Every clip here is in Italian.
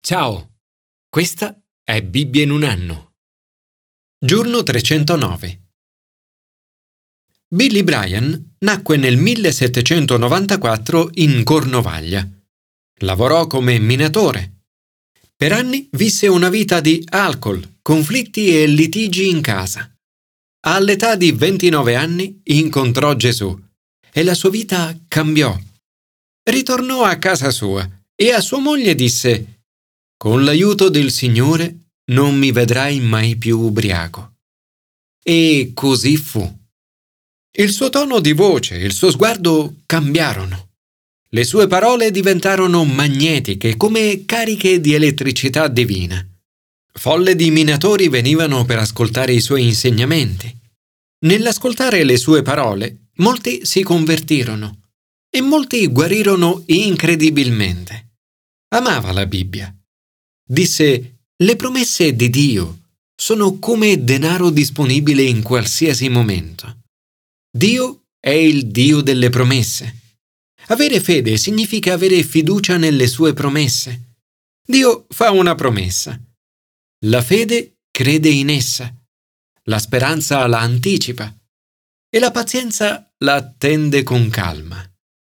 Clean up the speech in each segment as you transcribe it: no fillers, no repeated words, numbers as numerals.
Ciao, questa è Bibbia in un anno. Giorno 309. Billy Bryan nacque nel 1794 in Cornovaglia. Lavorò come minatore. Per anni visse una vita di alcol, conflitti e litigi in casa. All'età di 29 anni incontrò Gesù e la sua vita cambiò. Ritornò a casa sua e a sua moglie disse: «Con l'aiuto del Signore non mi vedrai mai più ubriaco». E così fu. Il suo tono di voce e il suo sguardo cambiarono. Le sue parole diventarono magnetiche come cariche di elettricità divina. Folle di minatori venivano per ascoltare i suoi insegnamenti. Nell'ascoltare le sue parole, molti si convertirono e molti guarirono incredibilmente. Amava la Bibbia. Disse: «Le promesse di Dio sono come denaro disponibile in qualsiasi momento. Dio è il Dio delle promesse. Avere fede significa avere fiducia nelle sue promesse. Dio fa una promessa. La fede crede in essa. La speranza la anticipa e la pazienza la attende con calma».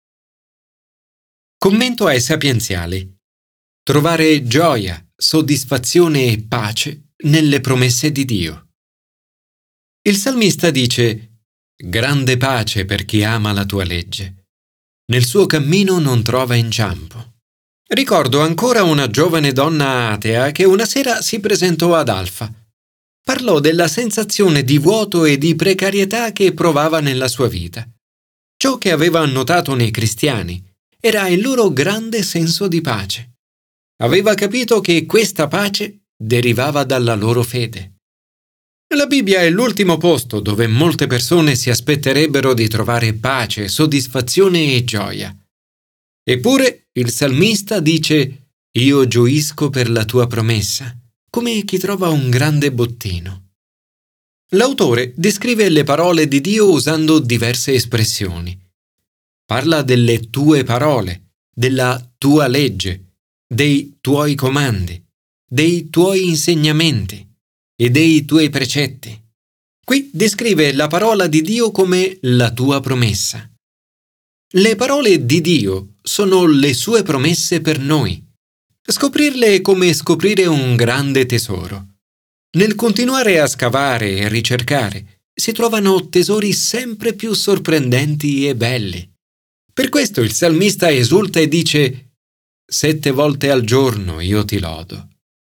Commento ai sapienziali. Trovare gioia, soddisfazione e pace nelle promesse di Dio. Il salmista dice: «Grande pace per chi ama la tua legge. Nel suo cammino non trova inciampo». Ricordo ancora una giovane donna atea che una sera si presentò ad Alfa. Parlò della sensazione di vuoto e di precarietà che provava nella sua vita. Ciò che aveva notato nei cristiani era il loro grande senso di pace. Aveva capito che questa pace derivava dalla loro fede. La Bibbia è l'ultimo posto dove molte persone si aspetterebbero di trovare pace, soddisfazione e gioia. Eppure il salmista dice: «Io gioisco per la tua promessa», come chi trova un grande bottino. L'autore descrive le parole di Dio usando diverse espressioni. Parla delle tue parole, della tua legge, dei tuoi comandi, dei tuoi insegnamenti e dei tuoi precetti. Qui descrive la parola di Dio come la tua promessa. Le parole di Dio sono le sue promesse per noi. Scoprirle è come scoprire un grande tesoro. Nel continuare a scavare e ricercare, si trovano tesori sempre più sorprendenti e belli. Per questo il salmista esulta e dice: «7 volte al giorno io ti lodo».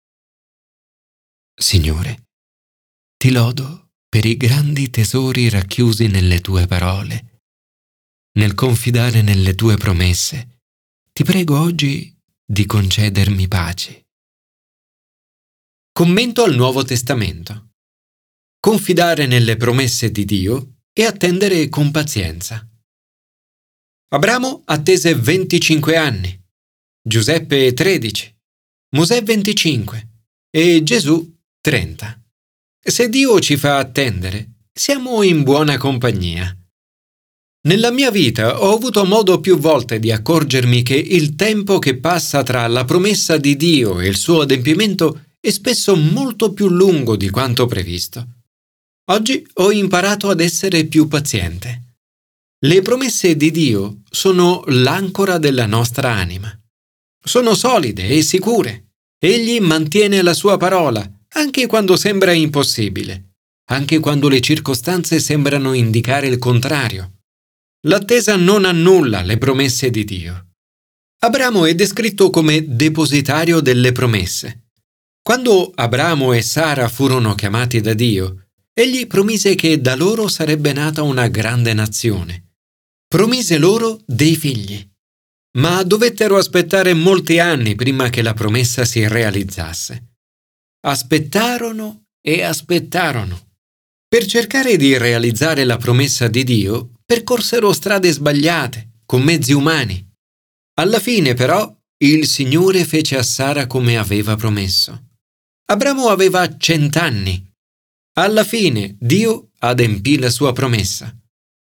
Signore, ti lodo per i grandi tesori racchiusi nelle tue parole. Nel confidare nelle tue promesse, ti prego oggi di concedermi pace. Commento al Nuovo Testamento. Confidare nelle promesse di Dio e attendere con pazienza. Abramo attese 25 anni, Giuseppe 13, Mosè 25 e Gesù 30. Se Dio ci fa attendere, siamo in buona compagnia. Nella mia vita ho avuto modo più volte di accorgermi che il tempo che passa tra la promessa di Dio e il suo adempimento è spesso molto più lungo di quanto previsto. Oggi ho imparato ad essere più paziente. Le promesse di Dio sono l'ancora della nostra anima. Sono solide e sicure. Egli mantiene la sua parola, anche quando sembra impossibile, anche quando le circostanze sembrano indicare il contrario. L'attesa non annulla le promesse di Dio. Abramo è descritto come depositario delle promesse. Quando Abramo e Sara furono chiamati da Dio, egli promise che da loro sarebbe nata una grande nazione. Promise loro dei figli. Ma dovettero aspettare molti anni prima che la promessa si realizzasse. Aspettarono e aspettarono. Per cercare di realizzare la promessa di Dio, percorsero strade sbagliate, con mezzi umani. Alla fine, però, il Signore fece a Sara come aveva promesso. Abramo aveva 100 anni. Alla fine, Dio adempì la sua promessa.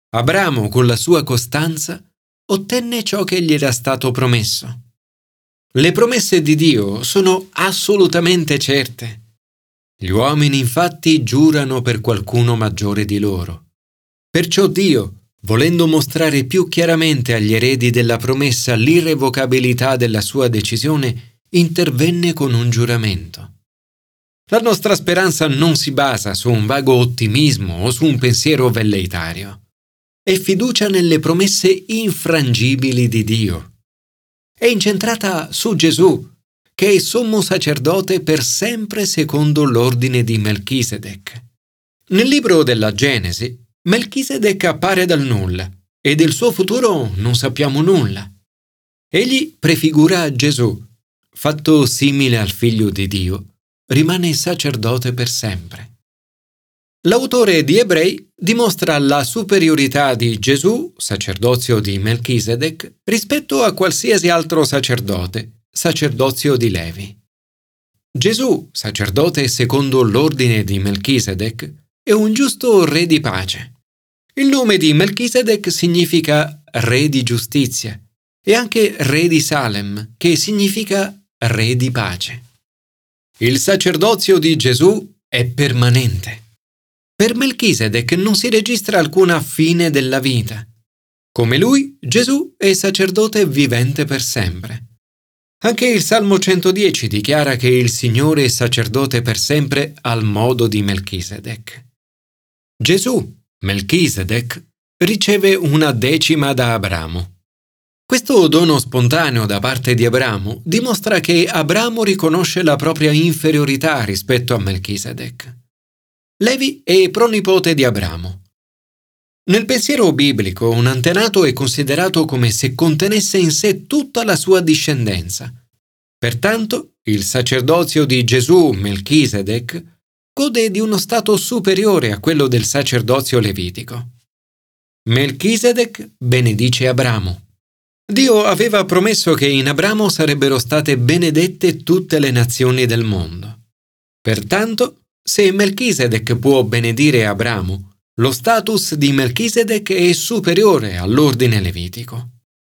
Abramo, con la sua costanza, ottenne ciò che gli era stato promesso. Le promesse di Dio sono assolutamente certe. Gli uomini infatti giurano per qualcuno maggiore di loro. Perciò Dio, volendo mostrare più chiaramente agli eredi della promessa l'irrevocabilità della sua decisione, intervenne con un giuramento. La nostra speranza non si basa su un vago ottimismo o su un pensiero velleitario. È fiducia nelle promesse infrangibili di Dio. È incentrata su Gesù, che è sommo sacerdote per sempre secondo l'ordine di Melchisedec. Nel libro della Genesi, Melchisedec appare dal nulla e del suo futuro non sappiamo nulla. Egli prefigura Gesù, fatto simile al Figlio di Dio, rimane sacerdote per sempre. L'autore di Ebrei dimostra la superiorità di Gesù, sacerdozio di Melchisedec, rispetto a qualsiasi altro sacerdote, sacerdozio di Levi. Gesù, sacerdote secondo l'ordine di Melchisedec, è un giusto re di pace. Il nome di Melchisedec significa re di giustizia e anche re di Salem, che significa re di pace. Il sacerdozio di Gesù è permanente. Per Melchisedec non si registra alcuna fine della vita. Come lui, Gesù è sacerdote vivente per sempre. Anche il Salmo 110 dichiara che il Signore è sacerdote per sempre al modo di Melchisedec. Gesù, Melchisedec, riceve una decima da Abramo. Questo dono spontaneo da parte di Abramo dimostra che Abramo riconosce la propria inferiorità rispetto a Melchisedec. Levi è pronipote di Abramo. Nel pensiero biblico, un antenato è considerato come se contenesse in sé tutta la sua discendenza. Pertanto, il sacerdozio di Gesù, Melchisedec, gode di uno stato superiore a quello del sacerdozio levitico. Melchisedec benedice Abramo. Dio aveva promesso che in Abramo sarebbero state benedette tutte le nazioni del mondo. Pertanto, se Melchisedec può benedire Abramo, lo status di Melchisedec è superiore all'ordine levitico.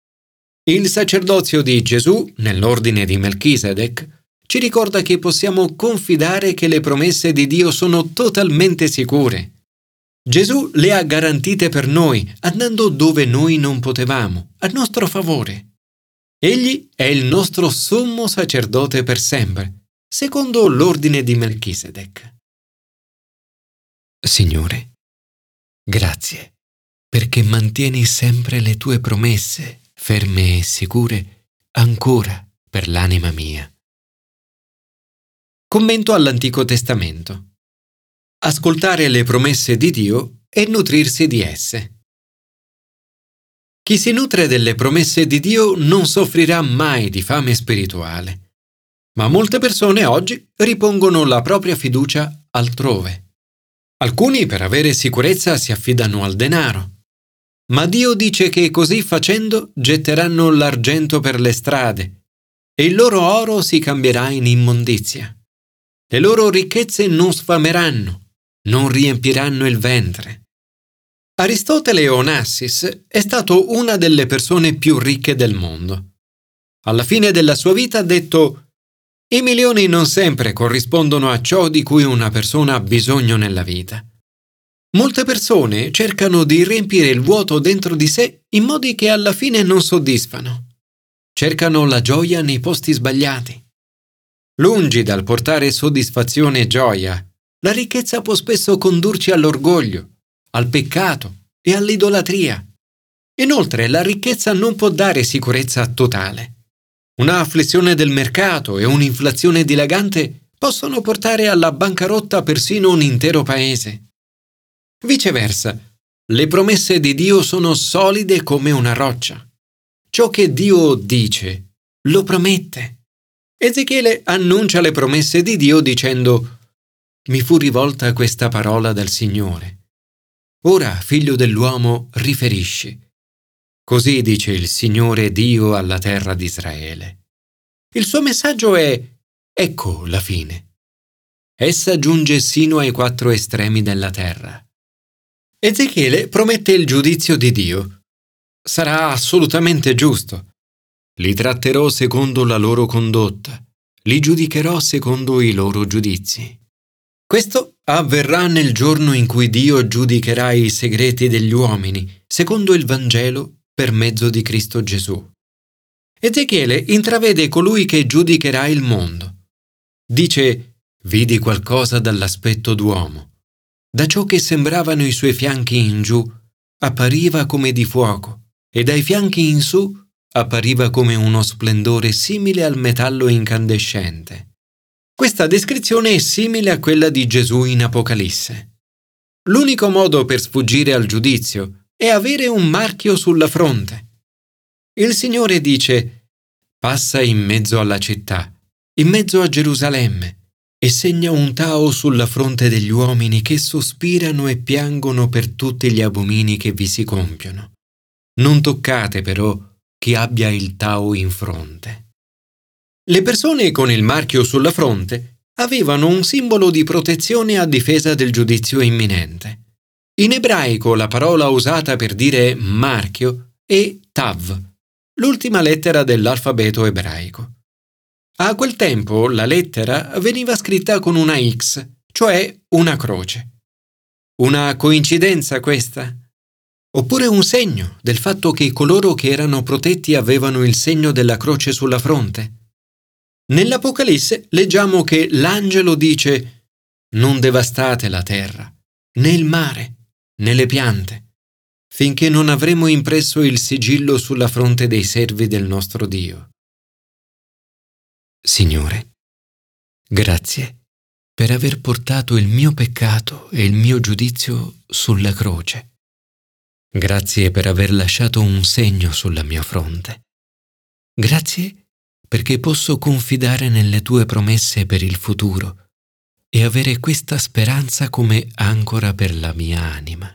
Il sacerdozio di Gesù, nell'ordine di Melchisedec, ci ricorda che possiamo confidare che le promesse di Dio sono totalmente sicure. Gesù le ha garantite per noi, andando dove noi non potevamo, a nostro favore. Egli è il nostro sommo sacerdote per sempre, secondo l'ordine di Melchisedec. Signore, grazie, perché mantieni sempre le tue promesse, ferme e sicure, ancora per l'anima mia. Commento all'Antico Testamento. Ascoltare le promesse di Dio e nutrirsi di esse. Chi si nutre delle promesse di Dio non soffrirà mai di fame spirituale, ma molte persone oggi ripongono la propria fiducia altrove. Alcuni per avere sicurezza si affidano al denaro, ma Dio dice che così facendo getteranno l'argento per le strade e il loro oro si cambierà in immondizia. Le loro ricchezze non sfameranno, non riempiranno il ventre. Aristotele Onassis è stato una delle persone più ricche del mondo. Alla fine della sua vita ha detto: «I milioni non sempre corrispondono a ciò di cui una persona ha bisogno nella vita. Molte persone cercano di riempire il vuoto dentro di sé in modi che alla fine non soddisfano. Cercano la gioia nei posti sbagliati. Lungi dal portare soddisfazione e gioia, la ricchezza può spesso condurci all'orgoglio, al peccato e all'idolatria. Inoltre, la ricchezza non può dare sicurezza totale. Una afflizione del mercato e un'inflazione dilagante possono portare alla bancarotta persino un intero paese. Viceversa, le promesse di Dio sono solide come una roccia. Ciò che Dio dice, lo promette. Ezechiele annuncia le promesse di Dio dicendo: «Mi fu rivolta questa parola dal Signore. Ora, figlio dell'uomo, riferisci. Così dice il Signore Dio alla terra di Israele». Il suo messaggio è: ecco la fine. Essa giunge sino ai 4 estremi della terra. Ezechiele promette il giudizio di Dio. Sarà assolutamente giusto. Li tratterò secondo la loro condotta, li giudicherò secondo i loro giudizi. Questo avverrà nel giorno in cui Dio giudicherà i segreti degli uomini, secondo il Vangelo, per mezzo di Cristo Gesù. Ezechiele intravede colui che giudicherà il mondo. Dice: «Vidi qualcosa dall'aspetto d'uomo. Da ciò che sembravano i suoi fianchi in giù, appariva come di fuoco, e dai fianchi in su appariva come uno splendore simile al metallo incandescente». Questa descrizione è simile a quella di Gesù in Apocalisse. L'unico modo per sfuggire al giudizio è avere un marchio sulla fronte. Il Signore dice: «Passa in mezzo alla città, in mezzo a Gerusalemme, e segna un tao sulla fronte degli uomini che sospirano e piangono per tutti gli abomini che vi si compiono. Non toccate però chi abbia il tao in fronte». Le persone con il marchio sulla fronte avevano un simbolo di protezione a difesa del giudizio imminente. In ebraico la parola usata per dire marchio è tav, l'ultima lettera dell'alfabeto ebraico. A quel tempo la lettera veniva scritta con una X, cioè una croce. Una coincidenza questa? Oppure un segno del fatto che coloro che erano protetti avevano il segno della croce sulla fronte? Nell'Apocalisse leggiamo che l'angelo dice: «Non devastate la terra, né il mare, né le piante, finché non avremo impresso il sigillo sulla fronte dei servi del nostro Dio». Signore, grazie per aver portato il mio peccato e il mio giudizio sulla croce. Grazie per aver lasciato un segno sulla mia fronte. Grazie perché posso confidare nelle tue promesse per il futuro e avere questa speranza come ancora per la mia anima.